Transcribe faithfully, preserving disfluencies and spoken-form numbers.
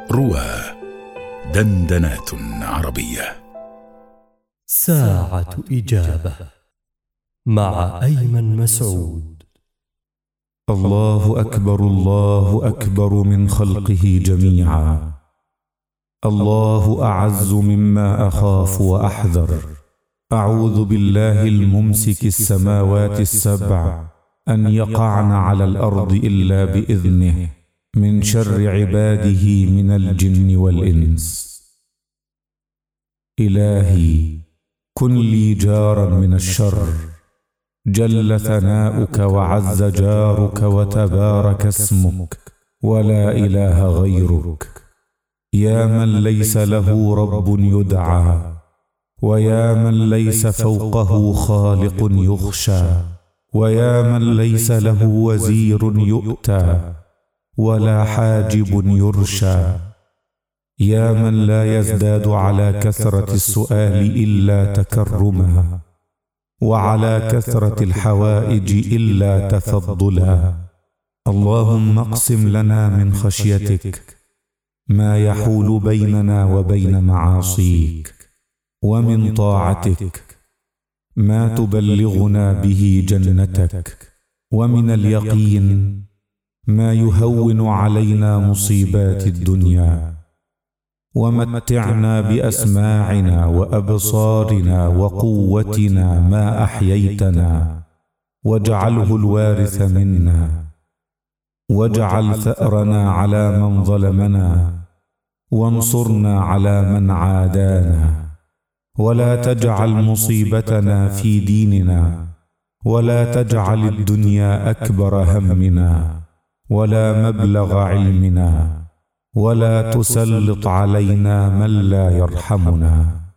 روى دندنات عربية. ساعة إجابة مع أيمن مسعود. الله أكبر الله أكبر من خلقه جميعا. الله أعز مما أخاف وأحذر. أعوذ بالله الممسك السماوات السبع أن يقعن على الأرض إلا بإذنه من شر عباده من الجن والإنس. إلهي كن لي جارا من الشر، جل ثناؤك وعز جارك وتبارك اسمك ولا إله غيرك. يا من ليس له رب يدعى، ويا من ليس فوقه خالق يخشى، ويا من ليس له وزير يؤتى ولا حاجب يرشى. يا من لا يزداد على كثرة السؤال إلا تكرما، وعلى كثرة الحوائج إلا تفضلا. اللهم اقسم لنا من خشيتك ما يحول بيننا وبين معاصيك، ومن طاعتك ما تبلغنا به جنتك، ومن اليقين ما يهون علينا مصيبات الدنيا. ومتعنا بأسماعنا وأبصارنا وقوتنا ما أحييتنا، واجعله الوارث منا، واجعل ثأرنا على من ظلمنا، وانصرنا على من عادانا. ولا تجعل مصيبتنا في ديننا، ولا تجعل الدنيا أكبر همنا ولا مبلغ علمنا، ولا تسلط علينا من لا يرحمنا.